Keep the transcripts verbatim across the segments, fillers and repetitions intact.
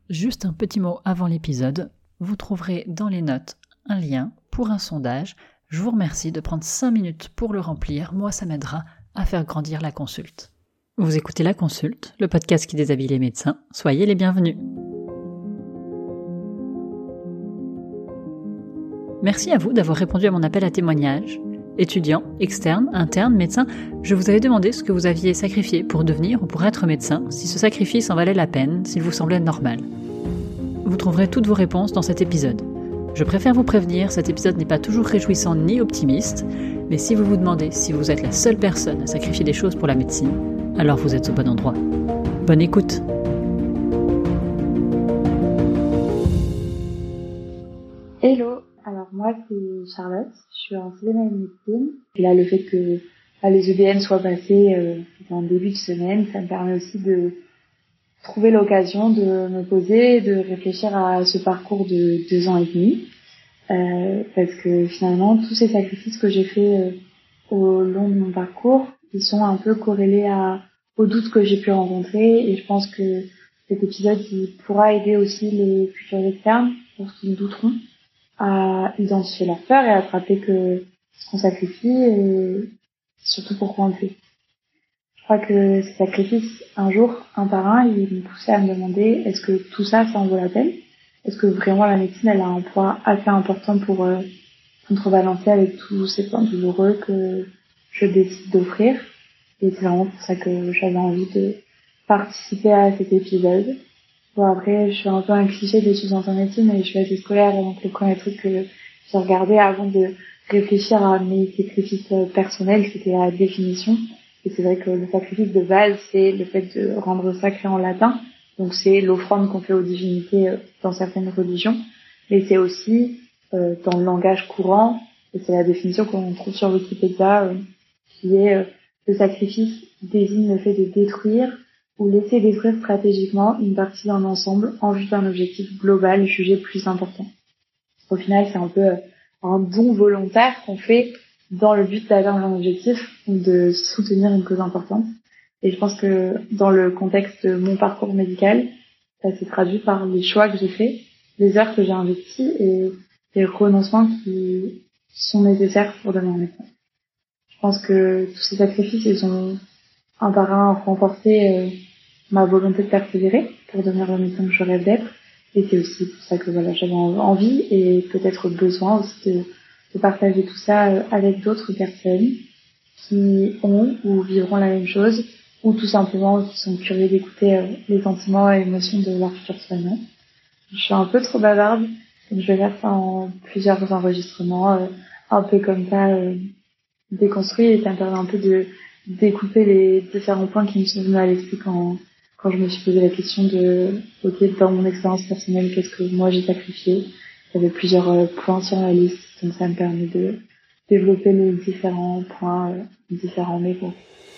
Juste un petit mot avant l'épisode, vous trouverez dans les notes un lien pour un sondage. Je vous remercie de prendre cinq minutes pour le remplir, moi ça m'aidera à faire grandir la consulte. Vous écoutez La Consulte, le podcast qui déshabille les médecins, soyez les bienvenus. Merci à vous d'avoir répondu à mon appel à témoignage. Étudiants, externes, internes, médecins, je vous avais demandé ce que vous aviez sacrifié pour devenir ou pour être médecin, si ce sacrifice en valait la peine, s'il vous semblait normal. Vous trouverez toutes vos réponses dans cet épisode. Je préfère vous prévenir, cet épisode n'est pas toujours réjouissant ni optimiste, mais si vous vous demandez si vous êtes la seule personne à sacrifier des choses pour la médecine, alors vous êtes au bon endroit. Bonne écoute! Hello! Alors moi c'est Charlotte, je suis en sixième année de médecine. Et là le fait que bah, les E D N soient passés euh, en début de semaine, ça me permet aussi de trouver l'occasion de me poser et de réfléchir à ce parcours de deux ans et demi. Euh, parce que finalement tous ces sacrifices que j'ai faits euh, au long de mon parcours, ils sont un peu corrélés à, aux doutes que j'ai pu rencontrer, et je pense que cet épisode il pourra aider aussi les futurs externes lorsqu'ils douteront à identifier leurs peurs et à se rappeler que ce qu'on sacrifie et surtout pourquoi on le fait. Je crois que ces sacrifices, un jour, un par un, ils m'ont poussé à me demander est-ce que tout ça, ça en vaut la peine? Est-ce que vraiment la médecine, elle a un poids assez important pour euh, contrebalancer avec tous ces points douloureux que je décide d'offrir? Et c'est vraiment pour ça que j'avais envie de participer à cet épisode. Bon, après, je suis un peu un cliché d'étudiante en médecine, mais je suis assez scolaire, donc le premier truc que j'ai regardé avant de réfléchir à mes sacrifices personnels, c'était la définition. Et c'est vrai que le sacrifice de base, c'est le fait de rendre sacré en latin. Donc c'est l'offrande qu'on fait aux divinités dans certaines religions. Mais c'est aussi euh, dans le langage courant, et c'est la définition qu'on trouve sur Wikipédia, euh, qui est euh, le sacrifice désigne le fait de détruire ou laisser détruire stratégiquement une partie d'un ensemble en vue d'un objectif global jugé plus important. Au final, c'est un peu un don volontaire qu'on fait dans le but d'atteindre un objectif ou de soutenir une cause importante. Et je pense que dans le contexte de mon parcours médical, ça s'est traduit par les choix que j'ai faits, les heures que j'ai investies et les renoncements qui sont nécessaires pour devenir médecin. Je pense que tous ces sacrifices, ils ont un par un renforcé euh, ma volonté de persévérer pour devenir le médecin que je rêve d'être. Et c'est aussi pour ça que voilà, j'avais envie et peut-être besoin aussi de, de partager tout ça avec d'autres personnes qui ont ou vivront la même chose, ou tout simplement qui sont curieux d'écouter les sentiments et émotions de leurs futurs soignants. Je suis un peu trop bavarde, donc je vais faire ça en plusieurs enregistrements, un peu comme ça, déconstruit, et ça me permet un peu de découper les différents points qui me sont venus à l'esprit quand quand je me suis posé la question de, ok, dans mon expérience personnelle, qu'est-ce que moi j'ai sacrifié? Il y avait plusieurs euh, points sur la liste, donc ça me permet de développer les différents points, euh, les différents mémots.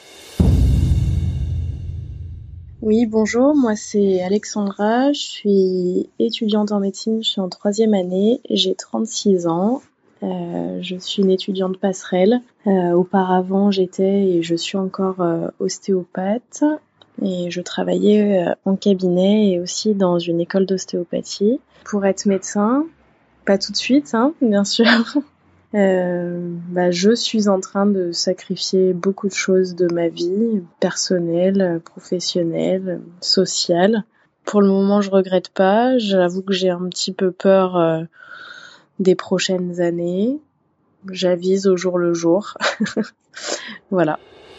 Oui, bonjour, moi c'est Alexandra, je suis étudiante en médecine, je suis en troisième année, j'ai trente-six ans, euh, je suis une étudiante passerelle. Euh, auparavant, j'étais et je suis encore euh, ostéopathe. Et je travaillais en cabinet et aussi dans une école d'ostéopathie. Pour être médecin, pas tout de suite, hein, bien sûr. Euh, bah, je suis en train de sacrifier beaucoup de choses de ma vie, personnelle, professionnelle, sociale. Pour le moment, je regrette pas. J'avoue que j'ai un petit peu peur euh, des prochaines années. J'avise au jour le jour. Voilà.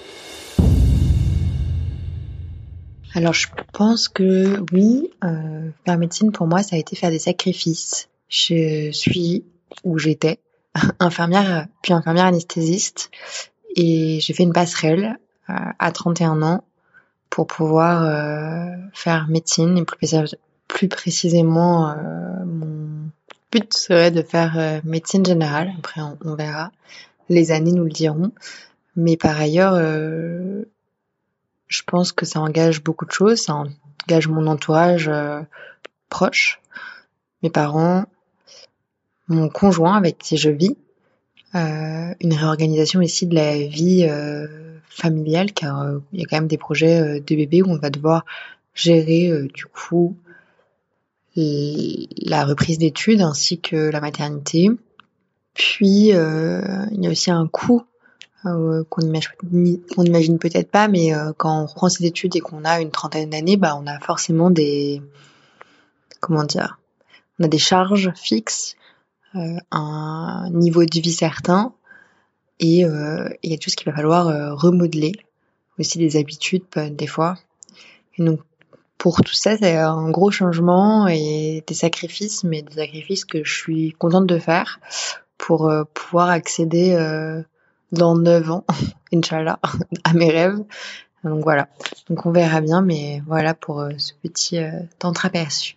Alors je pense que oui, euh, faire médecine pour moi ça a été faire des sacrifices. Je suis ou j'étais infirmière puis infirmière anesthésiste et j'ai fait une passerelle euh, à trente et un ans pour pouvoir euh, faire médecine et plus, plus précisément euh, mon but serait de faire euh, médecine générale. Après on, on verra, les années nous le diront. Mais par ailleurs euh, je pense que ça engage beaucoup de choses, ça engage mon entourage euh, proche, mes parents, mon conjoint avec qui je vis, euh, une réorganisation ici de la vie euh, familiale, car euh, il y a quand même des projets euh, de bébé où on va devoir gérer euh, du coup la reprise d'études ainsi que la maternité. Puis, euh, il y a aussi un coût euh, qu'on imagine, qu'on imagine peut-être pas, mais euh, quand on reprend ses études et qu'on a une trentaine d'années, bah, on a forcément des, comment dire, on a des charges fixes, euh, un niveau de vie certain, et euh, il y a tout ce qu'il va falloir euh, remodeler, aussi des habitudes des fois. Et donc, pour tout ça, c'est un gros changement et des sacrifices, mais des sacrifices que je suis contente de faire pour euh, pouvoir accéder euh, dans neuf ans, Inch'Allah, à mes rêves. Donc voilà, donc on verra bien, mais voilà pour euh, ce petit euh, entreaperçu.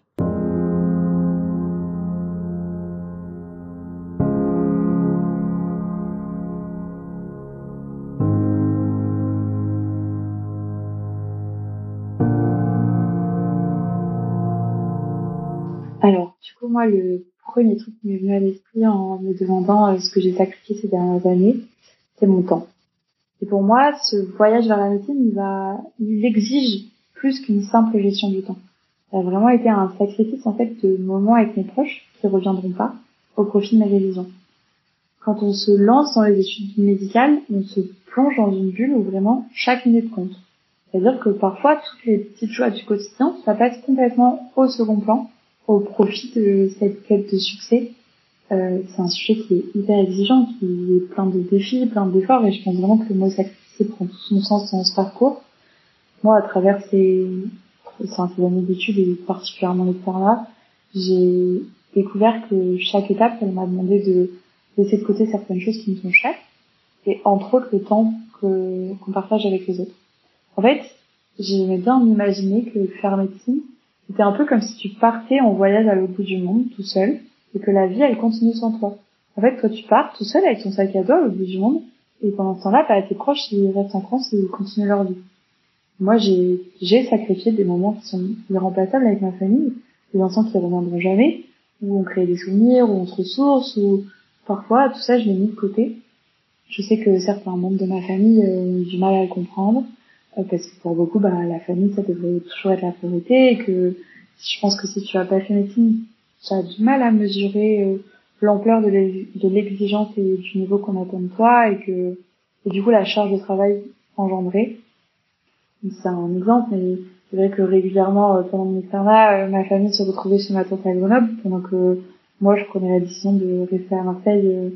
Alors, du coup, moi, le premier truc qui m'est venu à l'esprit en me demandant euh, ce que j'ai sacrifié ces dernières années, c'est mon temps. Et pour moi, ce voyage vers la médecine, il va, il exige plus qu'une simple gestion du temps. Ça a vraiment été un sacrifice, en fait, de moments avec mes proches qui reviendront pas au profit de ma guérison. Quand on se lance dans les études médicales, on se plonge dans une bulle où vraiment chaque minute compte. C'est-à-dire que parfois, toutes les petites joies du quotidien, ça passe complètement au second plan, au profit de cette quête de succès. Euh, c'est un sujet qui est hyper exigeant, qui est plein de défis, plein d'efforts, et je pense vraiment que le mot sacrifice prend tout son sens dans ce parcours. Moi, à travers ces, enfin, ces années d'études, et particulièrement l'externat, j'ai découvert que chaque étape, elle m'a demandé de laisser de côté certaines choses qui me sont chères, et entre autres le temps que, qu'on partage avec les autres. En fait, j'aimais bien m'imaginer que faire médecine, c'était un peu comme si tu partais en voyage à l'autre bout du monde, tout seul, et que la vie, elle continue sans toi. En fait, toi, tu pars tout seul avec ton sac à dos à l'autre bout du monde, et pendant ce temps-là, bah, tes proches, ils restent en France et ils continuent leur vie. Moi, j'ai, j'ai sacrifié des moments qui sont irremplaçables avec ma famille, des instants qui reviendront jamais, où on crée des souvenirs, où on se ressource, où parfois, tout ça, je l'ai mis de côté. Je sais que certains membres de ma famille euh, ont du mal à le comprendre, euh, parce que pour beaucoup, bah, la famille, ça devrait toujours être la priorité, et que je pense que si tu as pas fait médecine, tu as du mal à mesurer euh, l'ampleur de, de l'exigence et du niveau qu'on attend de toi, et que et du coup la charge de travail engendrée. C'est un exemple, mais c'est vrai que régulièrement, euh, pendant mon externat, euh, ma famille se retrouvait chez ma tante à Grenoble, pendant que moi, je prenais la décision de rester à Marseille, euh,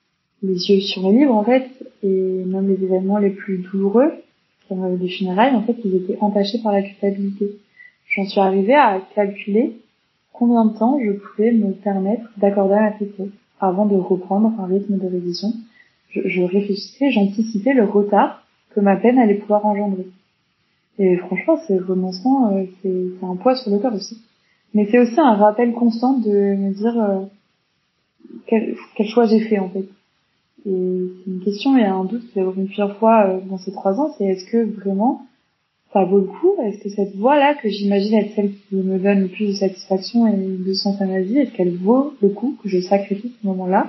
les yeux sur les livres, en fait, et même les événements les plus douloureux, comme euh, les funérailles, en fait, ils étaient entachés par la culpabilité. J'en suis arrivée à calculer combien de temps je pouvais me permettre d'accorder à ma petite avant de reprendre un rythme de révision. Je, je réfléchissais, j'anticipais le retard que ma peine allait pouvoir engendrer. Et franchement, ce renoncement, euh, c'est, c'est un poids sur le cœur aussi. Mais c'est aussi un rappel constant de me dire euh, quel, quel choix j'ai fait, en fait. Et c'est une question et un doute qui est revenu plusieurs fois euh, dans ces trois ans, c'est est-ce que vraiment ça vaut le coup? Est-ce que cette voie-là, que j'imagine être celle qui me donne le plus de satisfaction et de sens à ma vie, est-ce qu'elle vaut le coup que je sacrifie ce moment-là?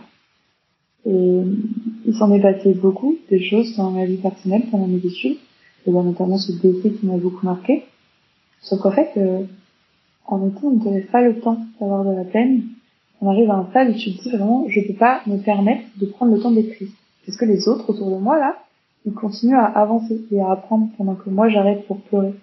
Et il s'en est passé beaucoup, des choses dans ma vie personnelle pendant mes études, et bien notamment ce décès qui m'a beaucoup marqué. Sauf qu'en fait, euh, en médecine, on ne te laisse pas le temps d'avoir de la peine. On arrive à un stade où tu te dis vraiment, je peux pas me permettre de prendre le temps d'être triste. Parce que les autres autour de moi, là, ils continuent à avancer et à apprendre pendant que moi, j'arrête pour pleurer.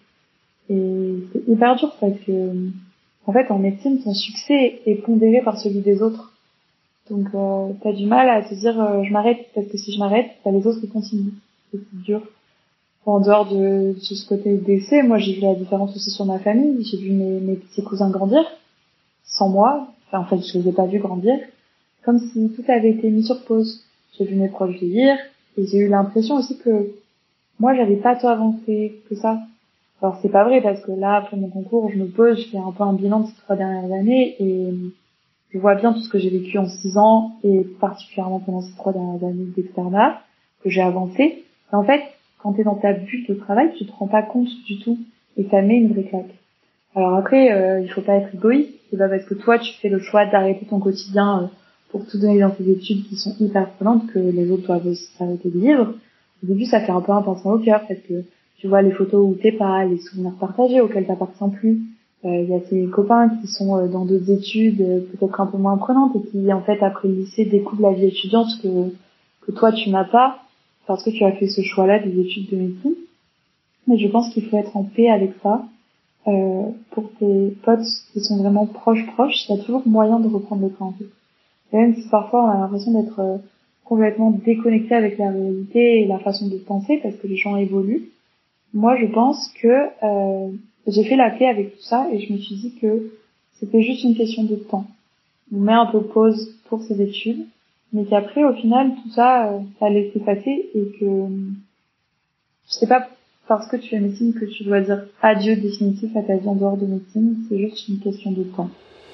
Et c'est hyper dur parce que, en fait, en médecine, ton succès est pondéré par celui des autres. Donc, euh, t'as du mal à te dire, euh, je m'arrête, parce que si je m'arrête, bah, les autres, ils continuent. C'est dur. En dehors de, de ce côté décès, moi, j'ai vu la différence aussi sur ma famille. J'ai vu mes, mes petits cousins grandir, sans moi. Enfin, en fait, je les ai pas vus grandir. Comme si tout avait été mis sur pause. J'ai vu mes proches vieillir, et j'ai eu l'impression aussi que moi, j'avais pas tant avancé que ça. Alors, c'est pas vrai, parce que là, après mon concours, je me pose, je fais un peu un bilan de ces trois dernières années, et je vois bien tout ce que j'ai vécu en six ans, et particulièrement pendant ces trois dernières années d'externat, que j'ai avancé. Et en fait, quand t'es dans ta bulle de travail, tu te rends pas compte du tout, et ça met une vraie claque. Alors après, euh, il faut pas être égoïste, c'est pas parce que toi, tu fais le choix d'arrêter ton quotidien euh, pour tout donner dans tes études qui sont hyper prenantes que les autres doivent aussi s'arrêter de vivre. Au début, ça fait un peu un pincement au cœur, parce que tu vois les photos où t'es pas, les souvenirs partagés auxquels t'appartiens plus, Il y a ses copains qui sont dans d'autres études euh, peut-être un peu moins prenantes et qui en fait après le lycée découvrent la vie étudiante que que toi tu n'as pas parce que tu as fait ce choix-là des études de médecine. Mais je pense qu'il faut être en paix avec ça. Euh, pour tes potes qui sont vraiment proches proches, il y a toujours moyen de reprendre le temps en fait. Et même si parfois on a l'impression d'être euh, complètement déconnecté avec la réalité et la façon de penser parce que les gens évoluent. Moi, je pense que euh, j'ai fait la paix avec tout ça et je me suis dit que c'était juste une question de temps. On met un peu pause pour ses études, mais qu'après, au final, tout ça, euh, ça allait s'effacer et que je sais pas parce que tu es médecine que tu dois dire adieu définitif à ta vie en dehors de médecine, c'est juste une question de temps.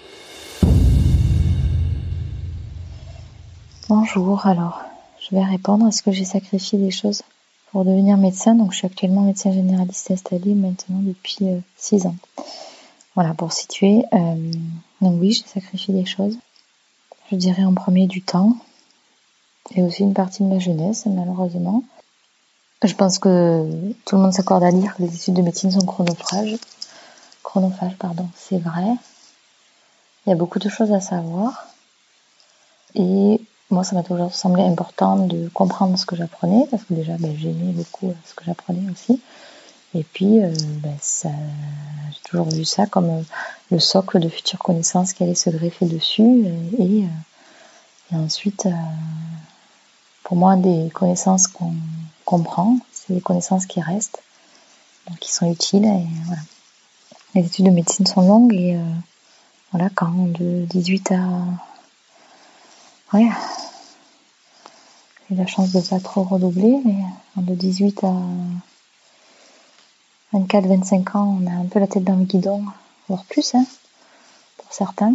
Bonjour, alors je vais répondre. Est-ce que j'ai sacrifié des choses pour devenir médecin? Donc je suis actuellement médecin généraliste installé maintenant depuis euh, six ans. Voilà, pour situer. Euh, donc oui, j'ai sacrifié des choses. Je dirais en premier du temps et aussi une partie de ma jeunesse, malheureusement. Je pense que tout le monde s'accorde à dire que les études de médecine sont chronophages. Chronophages, pardon, c'est vrai. Il y a beaucoup de choses à savoir. Et moi, ça m'a toujours semblé important de comprendre ce que j'apprenais, parce que déjà, ben, j'aimais beaucoup ce que j'apprenais aussi. Et puis, euh, ben, ça, j'ai toujours vu ça comme euh, le socle de futures connaissances qui allait se greffer dessus. Et, et, euh, et ensuite, euh, pour moi, des connaissances qu'on comprend, c'est des connaissances qui restent, donc qui sont utiles. Et voilà. Les études de médecine sont longues et euh, voilà, quand de dix-huit à... Ouais, j'ai eu la chance de pas trop redoubler, mais de dix-huit à vingt-quatre vingt-cinq ans, on a un peu la tête dans le guidon, voire plus, hein, pour certains.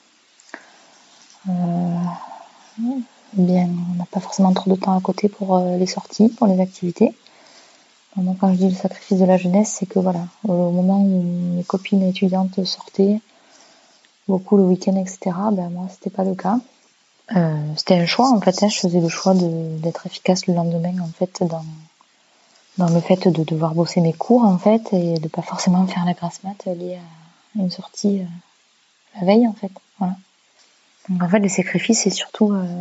Euh, bien, on n'a pas forcément trop de temps à côté pour euh, les sorties, pour les activités. Donc, quand je dis le sacrifice de la jeunesse, c'est que voilà, au moment où mes copines étudiantes sortaient, beaucoup le week-end, et cetera, ben moi, c'était pas le cas. Euh, c'était un choix, en fait, hein, je faisais le choix de, d'être efficace le lendemain, en fait, dans... dans le fait de devoir bosser mes cours en fait et de pas forcément faire la grasse mat liée à une sortie euh, la veille en fait. Voilà. Donc en fait le sacrifice c'est surtout euh,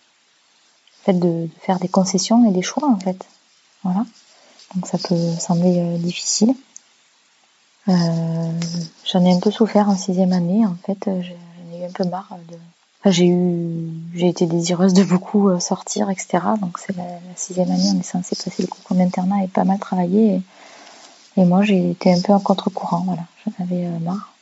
le fait de, de faire des concessions et des choix en fait. Voilà. Donc ça peut sembler euh, difficile. Euh, j'en ai un peu souffert en sixième année en fait. J'en ai eu un peu marre de. Enfin, j'ai eu, j'ai été désireuse de beaucoup euh, sortir et cetera. Donc c'est la, la sixième année, on est censé passer le concours d'internat et pas mal travailler. Et, Et moi, j'ai été un peu en contre-courant, voilà. J'en avais euh, marre.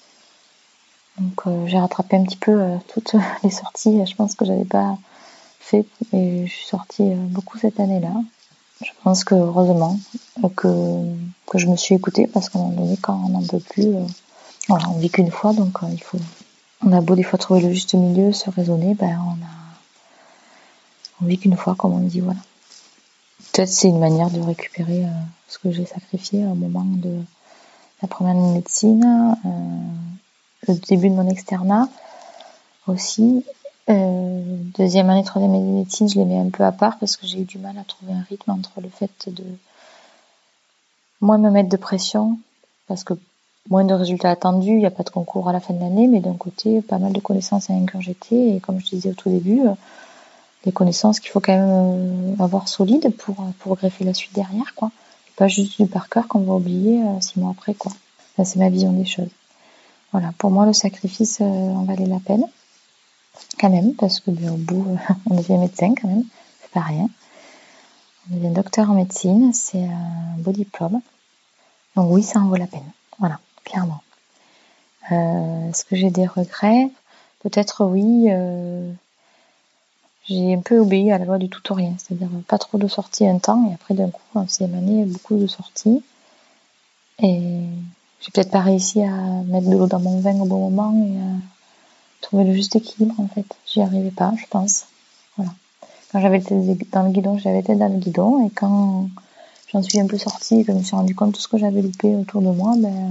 Donc, euh, j'ai rattrapé un petit peu euh, toutes les sorties. Je pense que j'avais pas fait. Et je suis sortie euh, beaucoup cette année-là. Je pense que, heureusement, euh, que, que je me suis écoutée parce qu'à un moment donné, quand on n'en peut plus, euh, voilà, on vit qu'une fois. Donc, euh, il faut, on a beau des fois trouver le juste milieu, se raisonner, ben, on a, on vit qu'une fois, comme on dit, voilà. Peut-être c'est une manière de récupérer euh, ce que j'ai sacrifié au moment de la première année de médecine, euh, le début de mon externat aussi. Euh, deuxième année, troisième année de médecine, je les mets un peu à part parce que j'ai eu du mal à trouver un rythme entre le fait de moins me mettre de pression, parce que moins de résultats attendus, il n'y a pas de concours à la fin de l'année, mais d'un côté, pas mal de connaissances à ingurgiter, et comme je disais au tout début, des connaissances qu'il faut quand même avoir solides pour, pour greffer la suite derrière, quoi. Pas juste du par cœur qu'on va oublier euh, six mois après, quoi. Ça, c'est ma vision des choses. Voilà, pour moi, le sacrifice euh, en valait la peine, quand même, parce que bien, au bout, euh, on devient médecin, quand même, c'est pas rien. On devient docteur en médecine, c'est un beau diplôme. Donc oui, ça en vaut la peine. Voilà, clairement. Euh, est-ce que j'ai des regrets? Peut-être oui. Euh, j'ai un peu obéi à la loi du tout ou rien, c'est-à-dire pas trop de sorties un temps, et après d'un coup, en sixième année, beaucoup de sorties. Et j'ai peut-être pas réussi à mettre de l'eau dans mon vin au bon moment et à trouver le juste équilibre, en fait. J'y arrivais pas, je pense. Voilà. Quand j'avais le tête dans le guidon, j'avais la tête dans le guidon, et quand j'en suis un peu sortie et que je me suis rendu compte de tout ce que j'avais loupé autour de moi, ben,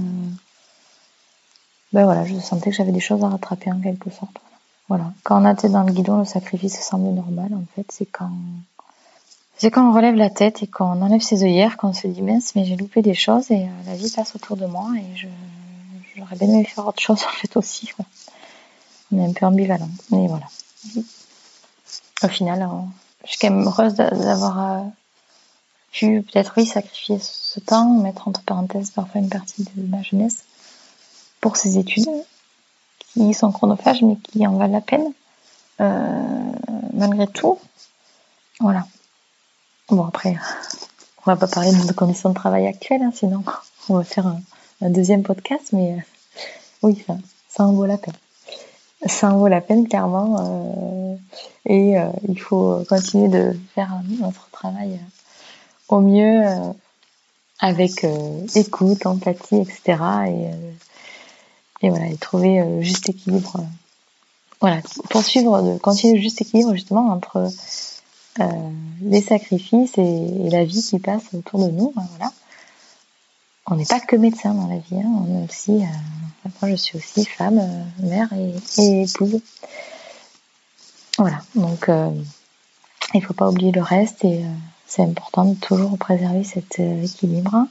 ben voilà, je sentais que j'avais des choses à rattraper en quelque sorte. Voilà. Quand on a la tête dans le guidon, le sacrifice semble normal, en fait. C'est quand, c'est quand on relève la tête et qu'on enlève ses œillères, qu'on se dit mince, mais j'ai loupé des choses et euh, la vie passe autour de moi et je, j'aurais bien aimé faire autre chose en fait aussi. Ouais. On est un peu ambivalent, mais voilà. Au final, euh, je suis quand même heureuse d'avoir euh, pu peut-être oui sacrifier ce temps, mettre entre parenthèses parfois une partie de ma jeunesse pour ces études qui sont chronophages mais qui en valent la peine euh, malgré tout. Voilà. Bon après, on va pas parler de nos conditions de travail actuelles, hein, sinon on va faire un, un deuxième podcast, mais euh, oui, ça, ça en vaut la peine. Ça en vaut la peine clairement, euh, et euh, il faut continuer de faire notre travail euh, au mieux, euh, avec euh, écoute, empathie, et cetera. Et, euh, et voilà, et trouver le euh, juste équilibre. Euh, voilà, poursuivre, de continuer le juste équilibre justement entre euh, les sacrifices et, et la vie qui passe autour de nous. Hein, voilà. On n'est pas que médecin dans la vie, hein, on est aussi. Euh, moi, je suis aussi femme, euh, mère et, et épouse. Voilà, donc euh, il faut pas oublier le reste et euh, c'est important de toujours préserver cet euh, équilibre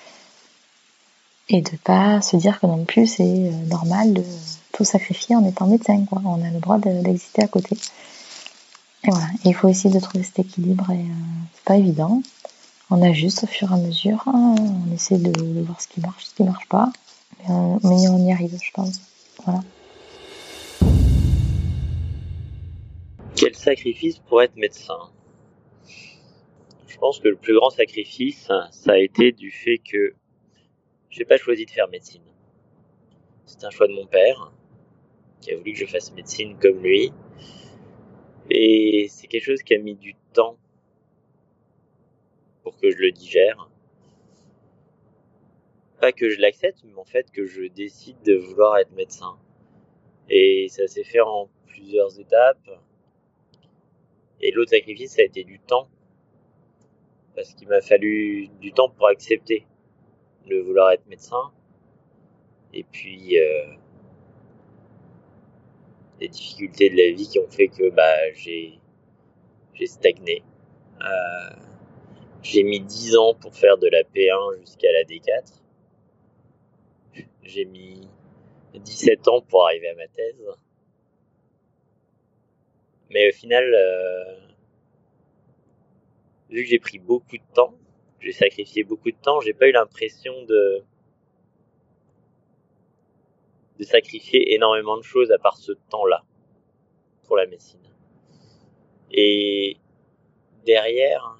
et de pas se dire que non plus c'est euh, normal de tout sacrifier en étant médecin, quoi. On a le droit de, d'exister à côté. Et voilà, et il faut essayer de trouver cet équilibre et euh, c'est pas évident. On ajuste au fur et à mesure, hein, on essaie de, de voir ce qui marche, ce qui marche pas, mais on, mais on y arrive, je pense. Voilà. Quel sacrifice pour être médecin ? Je pense que le plus grand sacrifice, ça a été du fait que j'ai pas choisi de faire médecine. C'est un choix de mon père, qui a voulu que je fasse médecine comme lui. Et c'est quelque chose qui a mis du temps pour que je le digère. Pas que je l'accepte, mais en fait que je décide de vouloir être médecin. Et ça s'est fait en plusieurs étapes. Et l'autre sacrifice, ça a été du temps. Parce qu'il m'a fallu du temps pour accepter de vouloir être médecin. Et puis, euh, les difficultés de la vie qui ont fait que bah, j'ai, j'ai stagné. Euh, j'ai mis dix ans pour faire de la P un jusqu'à la D quatre. J'ai mis dix-sept ans pour arriver à ma thèse. Mais au final, euh, vu que j'ai pris beaucoup de temps, j'ai sacrifié beaucoup de temps, j'ai pas eu l'impression de, de sacrifier énormément de choses à part ce temps-là pour la médecine. Et derrière,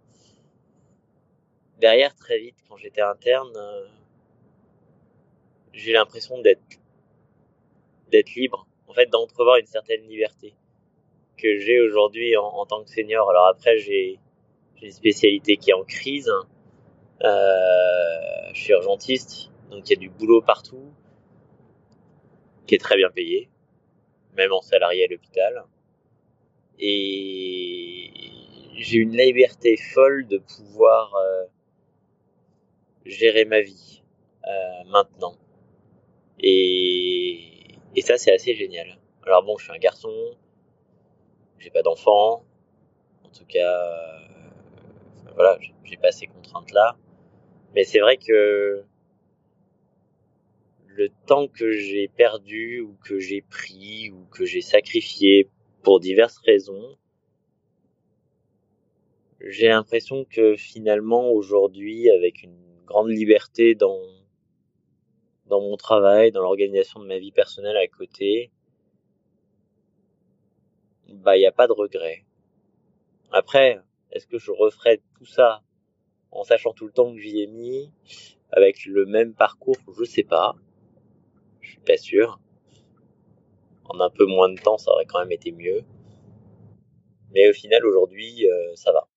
derrière très vite, quand j'étais interne, euh, j'ai eu l'impression d'être, d'être libre, en fait, d'entrevoir une certaine liberté que j'ai aujourd'hui en, en tant que senior. Alors après, j'ai, j'ai une spécialité qui est en crise. Euh, je suis urgentiste, donc il y a du boulot partout, qui est très bien payé, même en salarié à l'hôpital. Et j'ai une liberté folle de pouvoir euh, gérer ma vie euh, maintenant. Et, et ça, c'est assez génial. Alors bon, je suis un garçon, j'ai pas d'enfant, en tout cas, euh, enfin, voilà, j'ai pas ces contraintes-là. Mais c'est vrai que le temps que j'ai perdu ou que j'ai pris ou que j'ai sacrifié pour diverses raisons, j'ai l'impression que finalement aujourd'hui, avec une grande liberté dans dans mon travail, dans l'organisation de ma vie personnelle à côté, bah il y a pas de regret. Après, est-ce que je referais tout ça en sachant tout le temps que j'y ai mis, avec le même parcours? Je sais pas. Je suis pas sûr. En un peu moins de temps, ça aurait quand même été mieux. Mais au final, aujourd'hui, euh, ça va.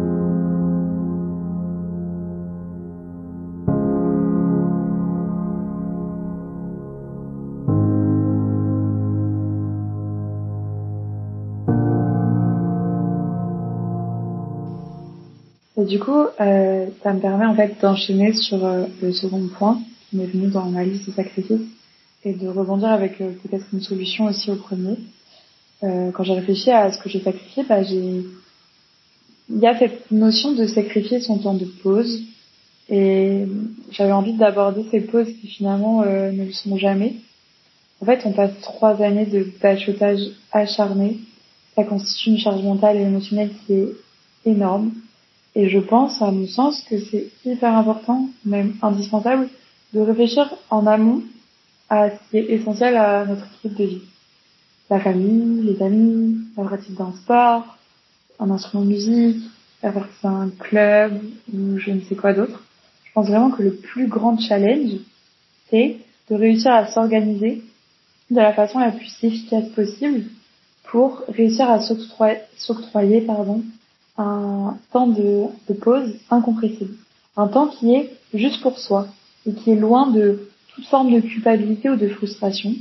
Et du coup, euh, ça me permet en fait d'enchaîner sur euh, le second point qui m'est venu dans ma liste de sacrifices et de rebondir avec euh, peut-être une solution aussi au premier. Euh, quand j'ai réfléchi à ce que j'ai sacrifié, bah j'ai, il y a cette notion de sacrifier son temps de pause, Et j'avais envie d'aborder ces pauses qui finalement euh, ne le sont jamais. En fait, on passe trois années de bachotage acharné. Ça constitue une charge mentale et émotionnelle qui est énorme. Et je pense, à mon sens, que c'est hyper important, même indispensable, de réfléchir en amont à ce qui est essentiel à notre équilibre de vie. La famille, les amis, la pratique d'un sport, un instrument de musique, faire partie d'un club ou je ne sais quoi d'autre. Je pense vraiment que le plus grand challenge, c'est de réussir à s'organiser de la façon la plus efficace possible pour réussir à s'octroyer, s'octroyer pardon, un temps de, de pause incompressible. Un temps qui est juste pour soi et qui est loin de toute forme de culpabilité ou de frustration.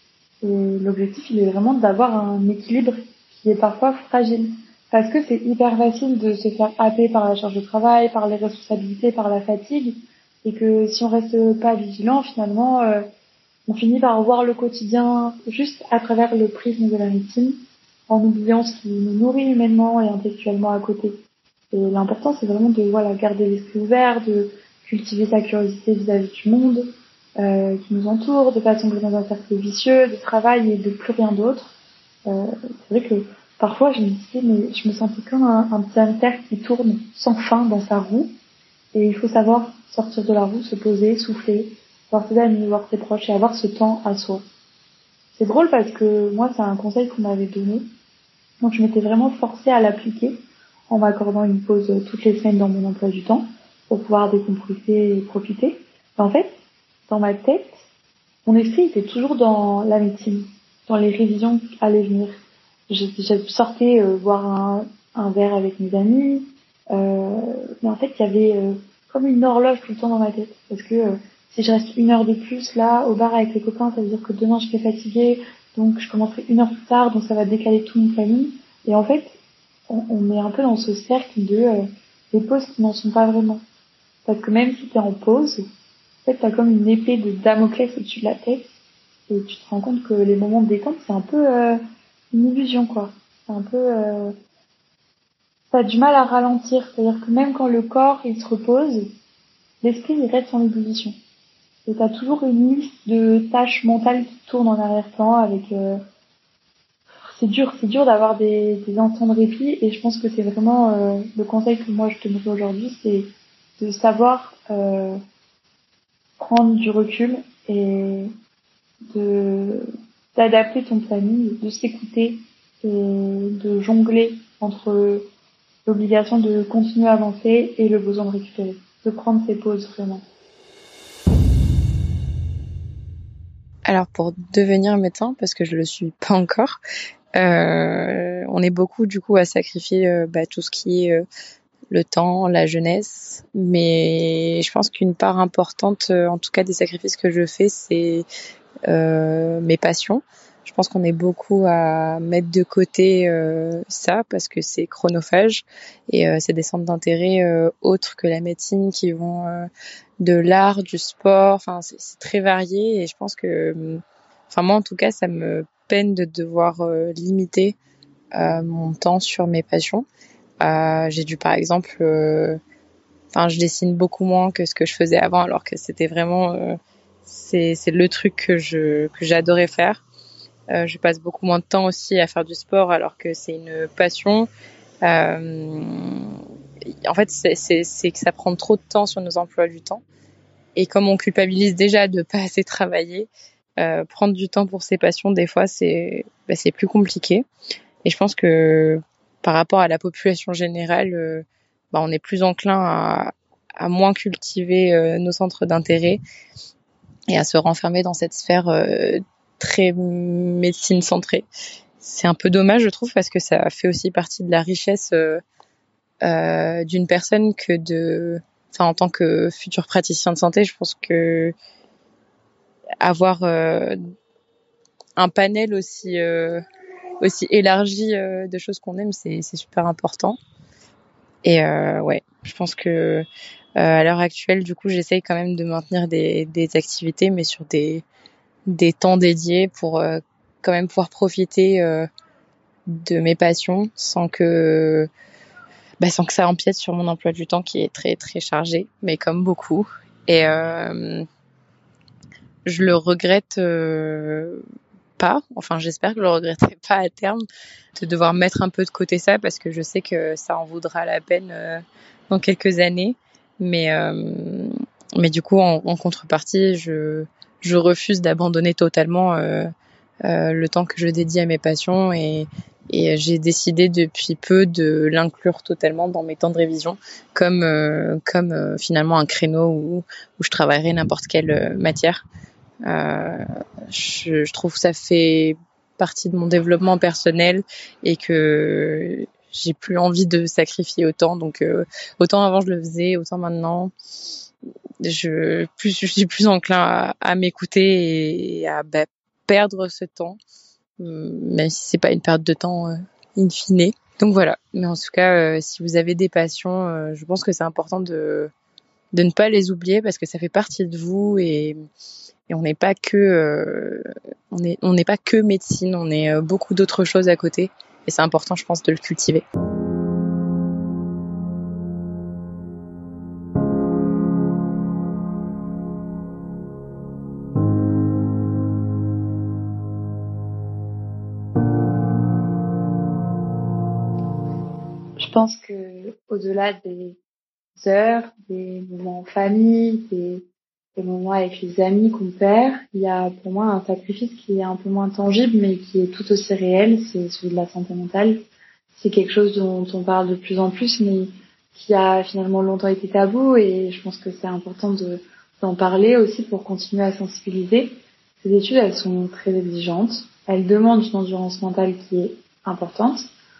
Et l'objectif, il est vraiment d'avoir un équilibre qui est parfois fragile. Parce que c'est hyper facile de se faire happer par la charge de travail, par les responsabilités, par la fatigue. Et que si on reste pas vigilant, finalement, euh, on finit par voir le quotidien juste à travers le prisme de la médecine, en oubliant ce qui nous nourrit humainement et intellectuellement à côté. Et l'important, c'est vraiment de voilà, garder l'esprit ouvert, de cultiver sa curiosité vis-à-vis du monde euh, qui nous entoure, de pas tomber dans un cercle vicieux de travail et de plus rien d'autre. Euh, c'est vrai que parfois, je me disais, mais je me sentais comme un, un petit hamster qui tourne sans fin dans sa roue. Et il faut savoir sortir de la roue, se poser, souffler, voir ses amis, voir ses proches et avoir ce temps à soi. C'est drôle parce que moi, c'est un conseil qu'on m'avait donné. Donc, je m'étais vraiment forcée à l'appliquer en m'accordant une pause toutes les semaines dans mon emploi du temps pour pouvoir décompresser et profiter. Et en fait, dans ma tête, mon esprit était toujours dans la médecine, dans les révisions qui allaient venir. Je, je sortais euh, boire un, un verre avec mes amis, euh, mais en fait, il y avait euh, comme une horloge tout le temps dans ma tête. Parce que euh, si je reste une heure de plus là, au bar avec les copains, ça veut dire que demain je serai fatiguée, donc je commencerai une heure plus tard, donc ça va décaler tout mon planning. Et en fait, on, on est un peu dans ce cercle de euh, des pauses qui n'en sont pas vraiment. Parce que même si t'es en pause, en fait, t'as comme une épée de Damoclès au-dessus de la tête, et tu te rends compte que les moments de détente, c'est un peu euh, une illusion, quoi. C'est un peu... Euh... T'as du mal à ralentir, c'est-à-dire que même quand le corps, il se repose, l'esprit, il reste en ébullition. Et t'as toujours une liste de tâches mentales qui tournent en arrière-plan avec... Euh... C'est dur, c'est dur d'avoir des, des instants de répit, et je pense que c'est vraiment euh, le conseil que moi je te donnerai aujourd'hui, c'est de savoir euh, prendre du recul et de d'adapter ton planning, de s'écouter et de jongler entre l'obligation de continuer à avancer et le besoin de récupérer, de prendre ses pauses vraiment. Alors pour devenir médecin, parce que je le suis pas encore, euh, on est beaucoup du coup à sacrifier euh, bah, tout ce qui est euh, le temps, la jeunesse, mais je pense qu'une part importante, euh, en tout cas des sacrifices que je fais, c'est euh, mes passions. Je pense qu'on est beaucoup à mettre de côté euh, ça parce que c'est chronophage et euh, c'est des centres d'intérêt euh, autres que la médecine qui vont euh, de l'art, du sport, enfin c'est, c'est très varié et je pense que, enfin moi en tout cas ça me peine de devoir euh, limiter euh, mon temps sur mes passions. Euh, j'ai dû par exemple, euh, enfin je dessine beaucoup moins que ce que je faisais avant alors que c'était vraiment, euh, c'est, c'est le truc que je que j'adorais faire. Euh, je passe beaucoup moins de temps aussi à faire du sport alors que c'est une passion. Euh, en fait, c'est, c'est, c'est que ça prend trop de temps sur nos emplois du temps. Et comme on culpabilise déjà de pas assez travailler, euh, prendre du temps pour ses passions, des fois, c'est, bah, c'est plus compliqué. Et je pense que par rapport à la population générale, euh, bah, on est plus enclin à, à moins cultiver euh, nos centres d'intérêt et à se renfermer dans cette sphère euh, très médecine centrée. C'est un peu dommage, je trouve, parce que ça fait aussi partie de la richesse euh, euh, d'une personne que de... Enfin, en tant que futur praticien de santé, je pense que avoir euh, un panel aussi euh, aussi élargi euh, de choses qu'on aime, c'est, c'est super important. Et euh, ouais, je pense que euh, à l'heure actuelle, du coup, j'essaye quand même de maintenir des, des activités, mais sur des des temps dédiés pour euh, quand même pouvoir profiter euh, de mes passions sans que bah, sans que ça empiète sur mon emploi du temps qui est très très chargé, mais comme beaucoup. Et euh, je le regrette euh, pas. Enfin, j'espère que je le regretterai pas à terme de devoir mettre un peu de côté ça, parce que je sais que ça en vaudra la peine euh, dans quelques années. Mais euh, mais du coup, en, en contrepartie, je je refuse d'abandonner totalement euh, euh, le temps que je dédie à mes passions, et et j'ai décidé depuis peu de l'inclure totalement dans mes temps de révision, comme euh, comme euh, finalement un créneau où où je travaillerai n'importe quelle euh, matière. Euh, je, je trouve que ça fait partie de mon développement personnel et que j'ai plus envie de sacrifier autant. Donc euh, autant avant je le faisais, autant maintenant je plus je suis plus enclin à, à m'écouter et à bah, perdre ce temps, même si c'est pas une perte de temps euh, in fine. Donc voilà. Mais en tout cas, euh, si vous avez des passions, euh, je pense que c'est important de de ne pas les oublier, parce que ça fait partie de vous, et et on n'est pas que euh, on est on n'est pas que médecine, on est euh, beaucoup d'autres choses à côté, et c'est important, je pense, de le cultiver. Je pense que au-delà des heures, des moments en famille, des, des moments avec les amis qu'on perd, il y a pour moi un sacrifice qui est un peu moins tangible, mais qui est tout aussi réel, c'est celui de la santé mentale. C'est quelque chose dont on parle de plus en plus, mais qui a finalement longtemps été tabou, et je pense que c'est important de, d'en parler aussi pour continuer à sensibiliser. Ces études, elles sont très exigeantes, elles demandent une endurance mentale qui est importante.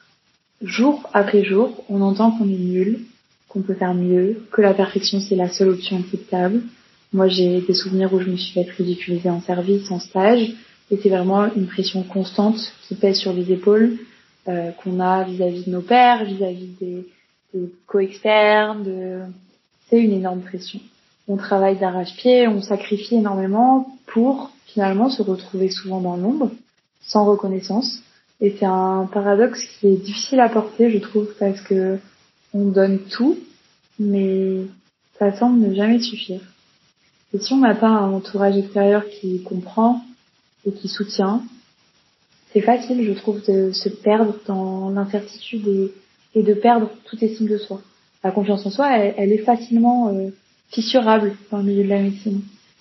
Jour après jour, on entend qu'on est nul, qu'on peut faire mieux, que la perfection c'est la seule option acceptable. Moi j'ai des souvenirs où je me suis fait ridiculiser en service, en stage, et c'est vraiment une pression constante qui pèse sur les épaules, euh, qu'on a vis-à-vis de nos pairs, vis-à-vis des, des co-externes, de... c'est une énorme pression. On travaille d'arrache-pied, on sacrifie énormément pour finalement se retrouver souvent dans l'ombre, sans reconnaissance. Et c'est un paradoxe qui est difficile à porter, je trouve, parce que on donne tout, mais ça semble ne jamais suffire. Et si on n'a pas un entourage extérieur qui comprend et qui soutient, c'est facile, je trouve, de se perdre dans l'incertitude et, et de perdre toute estime de soi. La confiance en soi, elle, elle est facilement euh, fissurable dans le milieu de la médecine.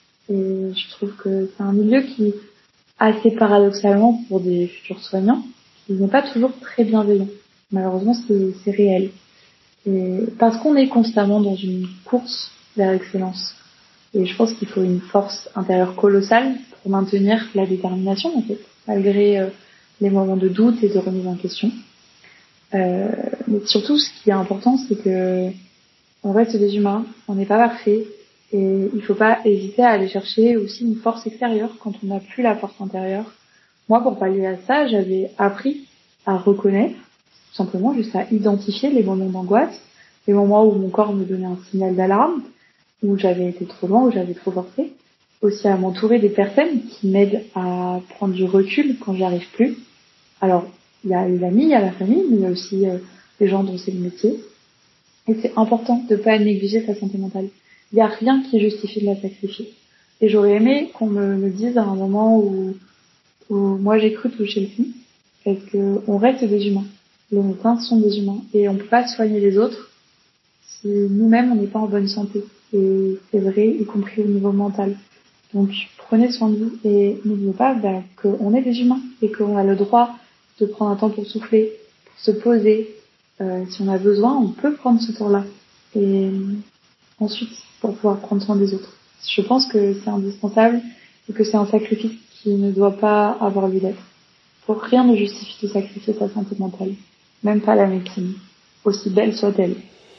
Et je trouve que c'est un milieu qui, assez paradoxalement pour des futurs soignants, il n'est pas toujours très bienveillant. Malheureusement, c'est, c'est réel. Et parce qu'on est constamment dans une course vers l'excellence. Et je pense qu'il faut une force intérieure colossale pour maintenir la détermination, en fait, malgré euh, les moments de doute et de remise en question. Euh, mais surtout, ce qui est important, c'est que on reste des humains, on n'est pas parfait, et il faut pas hésiter à aller chercher aussi une force extérieure quand on n'a plus la force intérieure. Moi, pour pallier à ça, j'avais appris à reconnaître, tout simplement, juste à identifier les moments d'angoisse, les moments où mon corps me donnait un signal d'alarme, où j'avais été trop loin, où j'avais trop forcé. Aussi à m'entourer des personnes qui m'aident à prendre du recul quand j'y arrive plus. Alors, il y a les amis, il y a la famille, mais il y a aussi euh, les gens dont c'est le métier. Et c'est important de pas négliger sa santé mentale. Il n'y a rien qui justifie de la sacrifier. Et j'aurais aimé qu'on me le dise à un moment où, où moi j'ai cru toucher le fond, parce que on reste des humains. Les médecins sont des humains et on peut pas soigner les autres si nous-mêmes on n'est pas en bonne santé. Et c'est vrai, y compris au niveau mental. Donc prenez soin de vous et n'oubliez pas bah, qu'on est des humains et qu'on a le droit de prendre un temps pour souffler, pour se poser. Euh, si on a besoin, on peut prendre ce temps-là. Et ensuite, pour pouvoir prendre soin des autres. Je pense que c'est indispensable et que c'est un sacrifice qui ne doit pas avoir lieu d'être. Pour rien ne justifie de sacrifier sa santé mentale. Même pas la médecine, aussi belle soit-elle.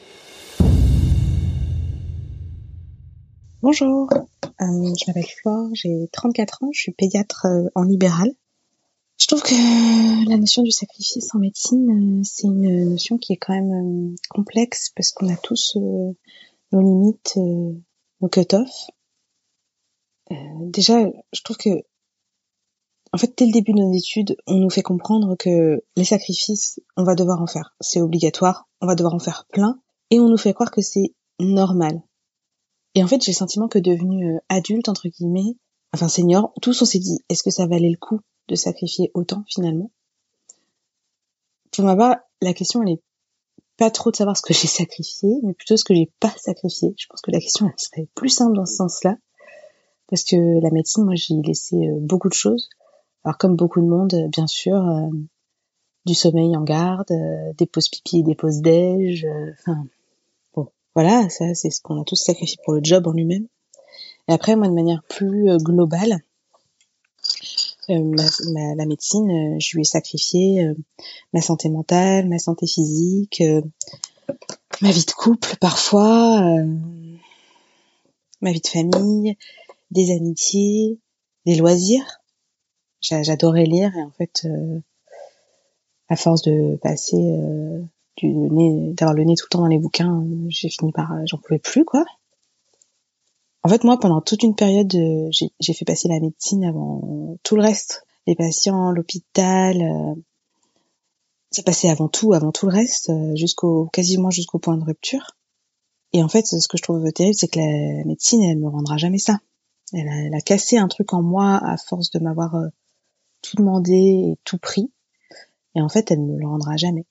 Bonjour, euh, je m'appelle Flore, j'ai trente-quatre ans, je suis pédiatre euh, en libéral. Je trouve que la notion du sacrifice en médecine, euh, c'est une notion qui est quand même euh, complexe parce qu'on a tous euh, nos limites, euh, nos cut-off. Euh, déjà, je trouve que, en fait, dès le début de nos études, on nous fait comprendre que les sacrifices, on va devoir en faire. C'est obligatoire, on va devoir en faire plein, et on nous fait croire que c'est normal. Et en fait, j'ai le sentiment que devenu euh, adulte, entre guillemets, enfin senior, tous on s'est dit, est-ce que ça valait le coup de sacrifier autant finalement? Pour ma part, la question elle est pas trop de savoir ce que j'ai sacrifié, mais plutôt ce que j'ai pas sacrifié. Je pense que la question elle serait plus simple dans ce sens-là, parce que la médecine, moi j'y ai laissé euh, beaucoup de choses. Alors comme beaucoup de monde, euh, bien sûr, euh, du sommeil en garde, euh, des pauses pipi et des pauses déj, enfin euh, bon, voilà, ça c'est ce qu'on a tous sacrifié pour le job en lui-même. Et après, moi de manière plus euh, globale, euh, ma, ma, la médecine, euh, je lui ai sacrifié euh, ma santé mentale, ma santé physique, euh, ma vie de couple parfois, euh, ma vie de famille, des amitiés, des loisirs. J'adorais lire et en fait, euh, à force de passer euh, du nez, d'avoir le nez tout le temps dans les bouquins, euh, j'ai fini par, euh, j'en pouvais plus quoi. En fait, moi, pendant toute une période, euh, j'ai, j'ai fait passer la médecine avant tout le reste. Les patients, l'hôpital, euh, ça passait avant tout, avant tout le reste, euh, jusqu'au quasiment jusqu'au point de rupture. Et en fait, ce que je trouve terrible, c'est que la médecine, elle me rendra jamais ça. Elle a, elle a cassé un truc en moi à force de m'avoir euh, tout demandé et tout pris. Et en fait, elle me le rendra jamais.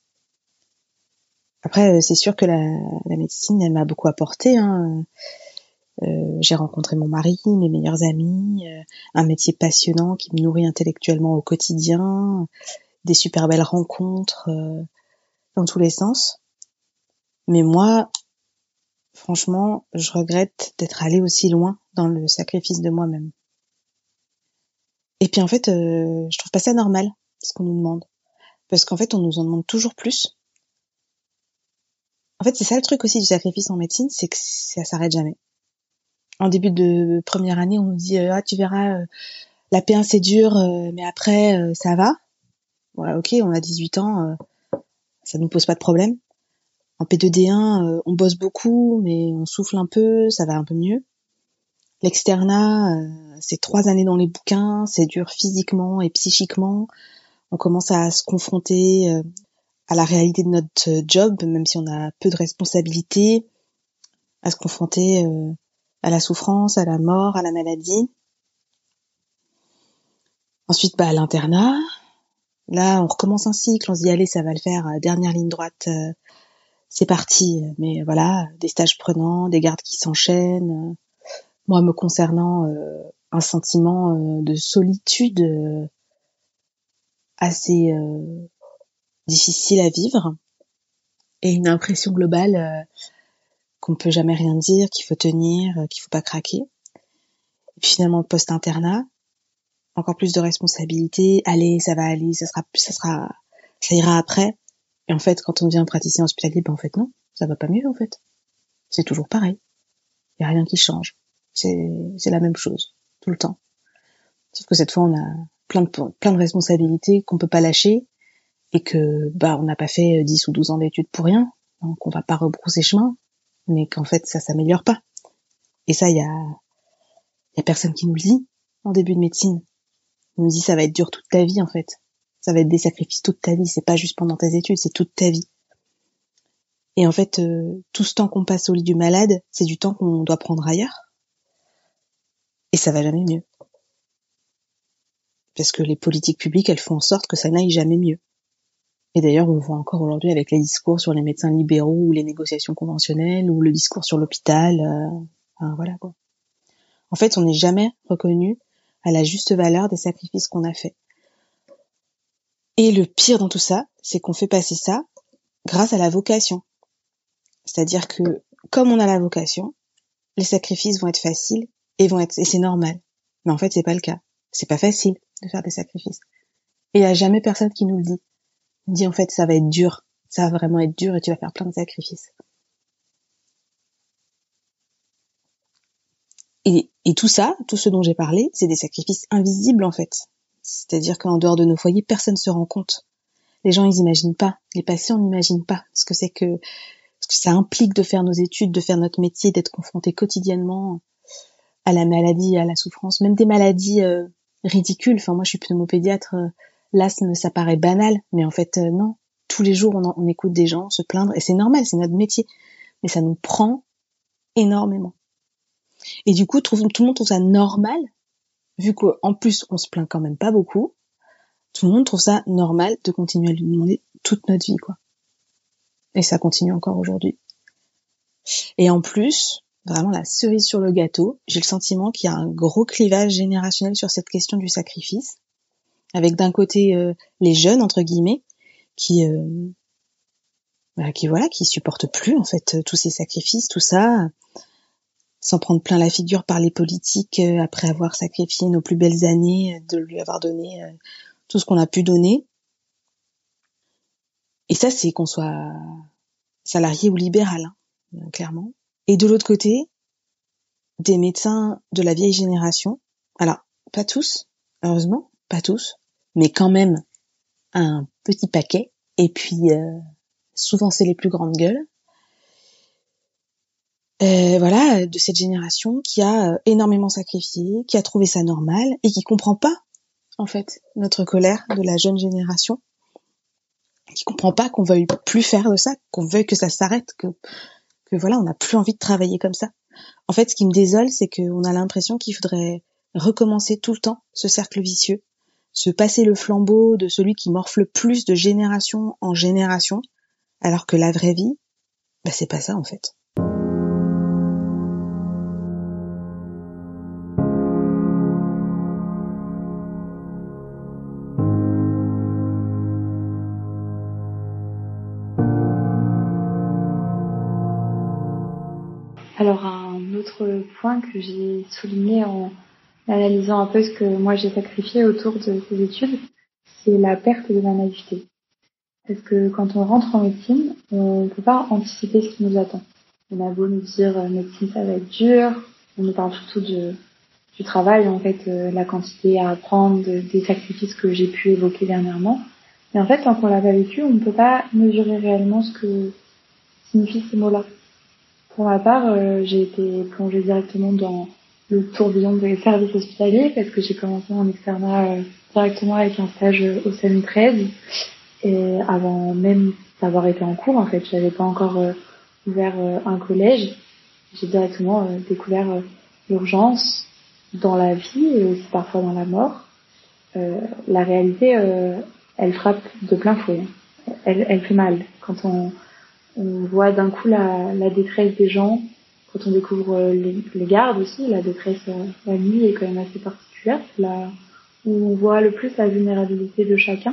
Après, c'est sûr que la, la médecine, elle m'a beaucoup apporté. Hein. Euh, j'ai rencontré mon mari, mes meilleurs amis, euh, un métier passionnant qui me nourrit intellectuellement au quotidien, des super belles rencontres euh, dans tous les sens. Mais moi, franchement, je regrette d'être allée aussi loin dans le sacrifice de moi-même. Et puis en fait, euh, je trouve pas ça normal, ce qu'on nous demande. Parce qu'en fait, on nous en demande toujours plus. En fait, c'est ça le truc aussi du sacrifice en médecine, c'est que ça s'arrête jamais. En début de première année, on nous dit euh, ah tu verras, euh, la P un c'est dur, euh, mais après euh, ça va. Voilà, ok, on a dix-huit ans, euh, ça nous pose pas de problème. En P deux D un, euh, on bosse beaucoup, mais on souffle un peu, ça va un peu mieux. L'externat, euh, c'est trois années dans les bouquins, c'est dur physiquement et psychiquement. On commence à se confronter euh, à la réalité de notre job, même si on a peu de responsabilités, à se confronter euh, à la souffrance, à la mort, à la maladie. Ensuite, bah, à l'internat. Là, on recommence un cycle, on se dit, allez, ça va le faire, dernière ligne droite, euh, c'est parti. Mais voilà, des stages prenants, des gardes qui s'enchaînent. Moi, me concernant, euh, un sentiment euh, de solitude euh, assez euh, difficile à vivre. Et une impression globale euh, qu'on peut jamais rien dire, qu'il faut tenir, euh, qu'il faut pas craquer. Et puis finalement, post-internat, encore plus de responsabilités. Allez, ça va aller, ça sera, ça sera, ça ira après. Et en fait, quand on devient praticien hospitalier, ben en fait non, ça va pas mieux en fait. C'est toujours pareil. Il y a rien qui change. C'est, c'est la même chose tout le temps. Sauf que cette fois, on a plein de plein de responsabilités qu'on peut pas lâcher et que bah on n'a pas fait dix ou douze ans d'études pour rien. Donc on va pas rebrousser chemin, mais qu'en fait ça s'améliore pas. Et ça, il y a, il y a personne qui nous le dit en début de médecine. On nous dit ça va être dur toute ta vie en fait. Ça va être des sacrifices toute ta vie, c'est pas juste pendant tes études, c'est toute ta vie. Et en fait, euh, tout ce temps qu'on passe au lit du malade, c'est du temps qu'on doit prendre ailleurs. Et ça va jamais mieux. Parce que les politiques publiques, elles font en sorte que ça n'aille jamais mieux. Et d'ailleurs, on le voit encore aujourd'hui avec les discours sur les médecins libéraux ou les négociations conventionnelles ou le discours sur l'hôpital. Euh, enfin, voilà quoi. En fait, on n'est jamais reconnu à la juste valeur des sacrifices qu'on a faits. Et le pire dans tout ça, c'est qu'on fait passer ça grâce à la vocation. C'est-à-dire que, comme on a la vocation, les sacrifices vont être faciles et vont être, et c'est normal. Mais en fait, c'est pas le cas. C'est pas facile de faire des sacrifices. Et il y a jamais personne qui nous le dit. On dit en fait, ça va être dur. Ça va vraiment être dur et tu vas faire plein de sacrifices. Et, et tout ça, tout ce dont j'ai parlé, c'est des sacrifices invisibles en fait. C'est-à-dire qu'en dehors de nos foyers, personne se rend compte. Les gens, ils imaginent pas. Les patients n'imaginent pas ce que c'est que, ce que ça implique de faire nos études, de faire notre métier, d'être confronté quotidiennement à la maladie, à la souffrance, même des maladies euh, ridicules. Enfin, moi, je suis pneumopédiatre. Euh, l'asthme, ça paraît banal, mais en fait, euh, non. tous les jours, on, en, on écoute des gens se plaindre, et c'est normal, c'est notre métier. Mais ça nous prend énormément. Et du coup, tout, tout le monde trouve ça normal, vu qu'en plus, on se plaint quand même pas beaucoup. Tout le monde trouve ça normal de continuer à lui demander toute notre vie, quoi. Et ça continue encore aujourd'hui. Et en plus, vraiment la cerise sur le gâteau, j'ai le sentiment qu'il y a un gros clivage générationnel sur cette question du sacrifice, avec d'un côté euh, les jeunes entre guillemets qui euh, bah, qui voilà qui supportent plus en fait tous ces sacrifices, tout ça, s'en prendre plein la figure par les politiques euh, après avoir sacrifié nos plus belles années, de lui avoir donné euh, tout ce qu'on a pu donner. Et ça, c'est qu'on soit salarié ou libéral, hein, clairement. Et de l'autre côté, des médecins de la vieille génération, alors pas tous, heureusement, pas tous, mais quand même un petit paquet, et puis euh, souvent c'est les plus grandes gueules, euh, voilà, de cette génération qui a euh, énormément sacrifié, qui a trouvé ça normal, et qui comprend pas, en fait, notre colère de la jeune génération, qui comprend pas qu'on veuille plus faire de ça, qu'on veuille que ça s'arrête, que, que voilà, on n'a plus envie de travailler comme ça. En fait, ce qui me désole, c'est qu'on a l'impression qu'il faudrait recommencer tout le temps ce cercle vicieux, se passer le flambeau de celui qui morfle plus de génération en génération, alors que la vraie vie, bah c'est pas ça en fait. Alors un autre point que j'ai souligné en analysant un peu ce que moi j'ai sacrifié autour de ces études, c'est la perte de ma naïveté. Parce que quand on rentre en médecine, on ne peut pas anticiper ce qui nous attend. On a beau nous dire euh, médecine ça va être dur, on nous parle surtout de, du travail, en fait, euh, la quantité à apprendre, de, des sacrifices que j'ai pu évoquer dernièrement. Mais en fait, tant qu'on l'a pas vécu, on ne peut pas mesurer réellement ce que signifient ces mots-là. Pour ma part, euh, j'ai été plongée directement dans le tourbillon des services hospitaliers parce que j'ai commencé mon externat euh, directement avec un stage euh, au S A M U treize. Et avant même d'avoir été en cours, en fait, j'avais pas encore euh, ouvert euh, un collège. J'ai directement euh, découvert euh, l'urgence dans la vie et aussi parfois dans la mort. Euh, la réalité, euh, elle frappe de plein fouet. Elle, elle fait mal. Quand on, on voit d'un coup la, la détresse des gens, quand on découvre euh, les, les gardes aussi, la détresse euh, la nuit est quand même assez particulière. C'est là où on voit le plus la vulnérabilité de chacun.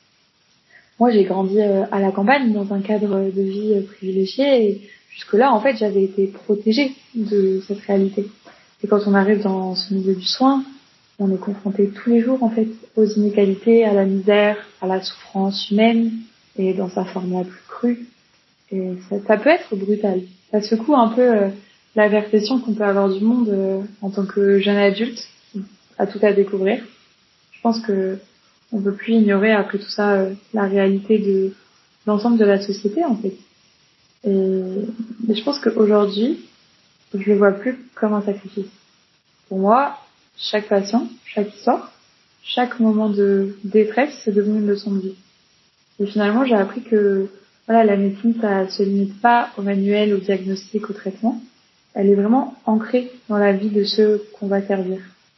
Moi, j'ai grandi euh, à la campagne, dans un cadre de vie euh, privilégié, et jusque-là, en fait, j'avais été protégée de cette réalité. Et quand on arrive dans ce milieu du soin, on est confronté tous les jours, en fait, aux inégalités, à la misère, à la souffrance humaine, et dans sa forme la plus crue. Et ça, ça peut être brutal. Ça secoue un peu euh, la perception qu'on peut avoir du monde euh, en tant que jeune adulte, qui a tout à découvrir. Je pense que on ne peut plus ignorer après tout ça euh, la réalité de l'ensemble de la société en fait. Et, et je pense qu'aujourd'hui, je le vois plus comme un sacrifice. Pour moi, chaque patient, chaque histoire, chaque moment de détresse, c'est devenu une leçon de vie. Et finalement, j'ai appris que voilà, la médecine, ça se limite pas au manuel, au diagnostic, au traitement. Elle est vraiment ancrée dans la vie de ceux qu'on va servir.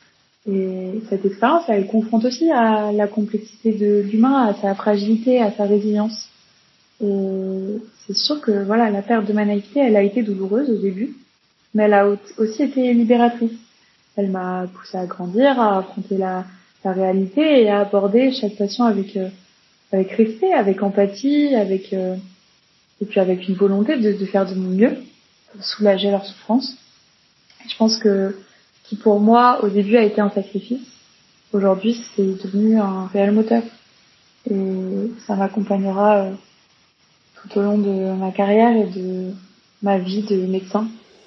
Et cette expérience, elle confronte aussi à la complexité de l'humain, à sa fragilité, à sa résilience. Et c'est sûr que voilà, la perte de ma naïveté, elle a été douloureuse au début, mais elle a aussi été libératrice. Elle m'a poussée à grandir, à affronter la, la réalité et à aborder chaque patient avec euh, avec respect, avec empathie, avec euh, et puis avec une volonté de, de faire de mon mieux pour soulager leur souffrance. Et je pense que qui pour moi au début a été un sacrifice, aujourd'hui c'est devenu un réel moteur et ça m'accompagnera euh, tout au long de ma carrière et de ma vie de médecin.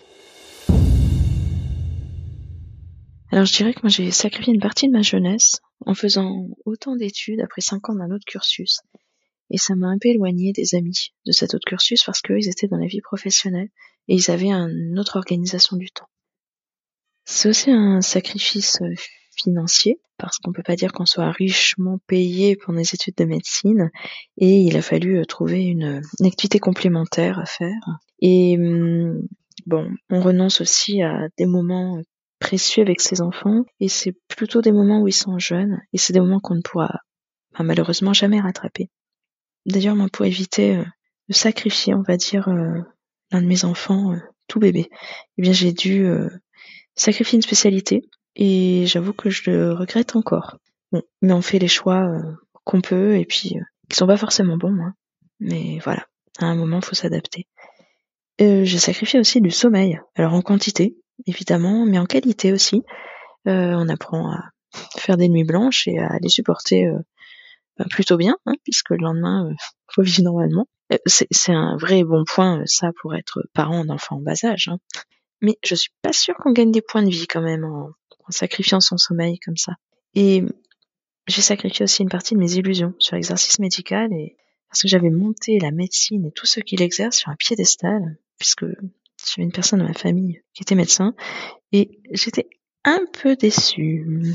Alors je dirais que moi j'ai sacrifié une partie de ma jeunesse en faisant autant d'études après cinq ans d'un autre cursus et ça m'a un peu éloignée des amis de cet autre cursus parce qu'eux ils étaient dans la vie professionnelle et ils avaient une autre organisation du temps. C'est aussi un sacrifice financier, parce qu'on peut pas dire qu'on soit richement payé pour des études de médecine, et il a fallu trouver une, une activité complémentaire à faire. Et bon, on renonce aussi à des moments précieux avec ses enfants, et c'est plutôt des moments où ils sont jeunes, et c'est des moments qu'on ne pourra bah, malheureusement jamais rattraper. D'ailleurs, moi, pour éviter euh, de sacrifier, on va dire, euh, l'un de mes enfants, euh, tout bébé, eh bien, j'ai dû euh, sacrifier une spécialité, et j'avoue que je le regrette encore. Bon, mais on fait les choix euh, qu'on peut, et puis euh, qui sont pas forcément bons, hein. Mais voilà, à un moment, faut s'adapter. Euh, j'ai sacrifié aussi du sommeil, alors en quantité, évidemment, mais en qualité aussi. Euh, on apprend à faire des nuits blanches et à les supporter euh, bah, plutôt bien, hein, puisque le lendemain, euh, faut vivre normalement. Euh, c'est, c'est un vrai bon point, ça, pour être parent d'enfants en bas âge. Hein. Mais je suis pas sûre qu'on gagne des points de vie quand même en, en sacrifiant son sommeil comme ça. Et j'ai sacrifié aussi une partie de mes illusions sur l'exercice médical, et parce que j'avais monté la médecine et tout ce qu'il exerce sur un piédestal, puisque j'avais une personne dans ma famille qui était médecin, et j'étais un peu déçue.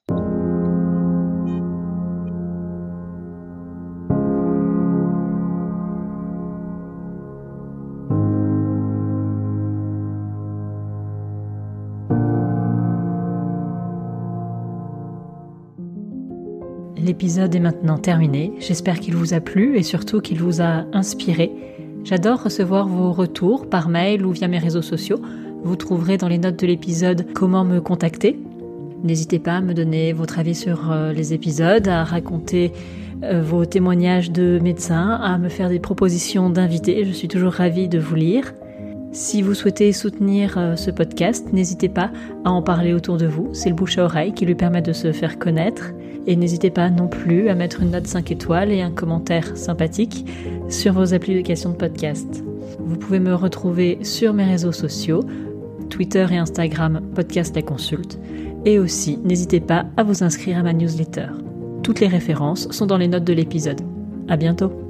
L'épisode est maintenant terminé, j'espère qu'il vous a plu et surtout qu'il vous a inspiré. J'adore recevoir vos retours par mail ou via mes réseaux sociaux. Vous trouverez dans les notes de l'épisode comment me contacter. N'hésitez pas à me donner votre avis sur les épisodes, à raconter vos témoignages de médecins, à me faire des propositions d'invités. Je suis toujours ravie de vous lire. Si vous souhaitez soutenir ce podcast, n'hésitez pas à en parler autour de vous. C'est le bouche à oreille qui lui permet de se faire connaître. Et n'hésitez pas non plus à mettre une note cinq étoiles et un commentaire sympathique sur vos applications de podcast. Vous pouvez me retrouver sur mes réseaux sociaux, Twitter et Instagram, Podcast La Consulte. Et aussi, n'hésitez pas à vous inscrire à ma newsletter. Toutes les références sont dans les notes de l'épisode. À bientôt!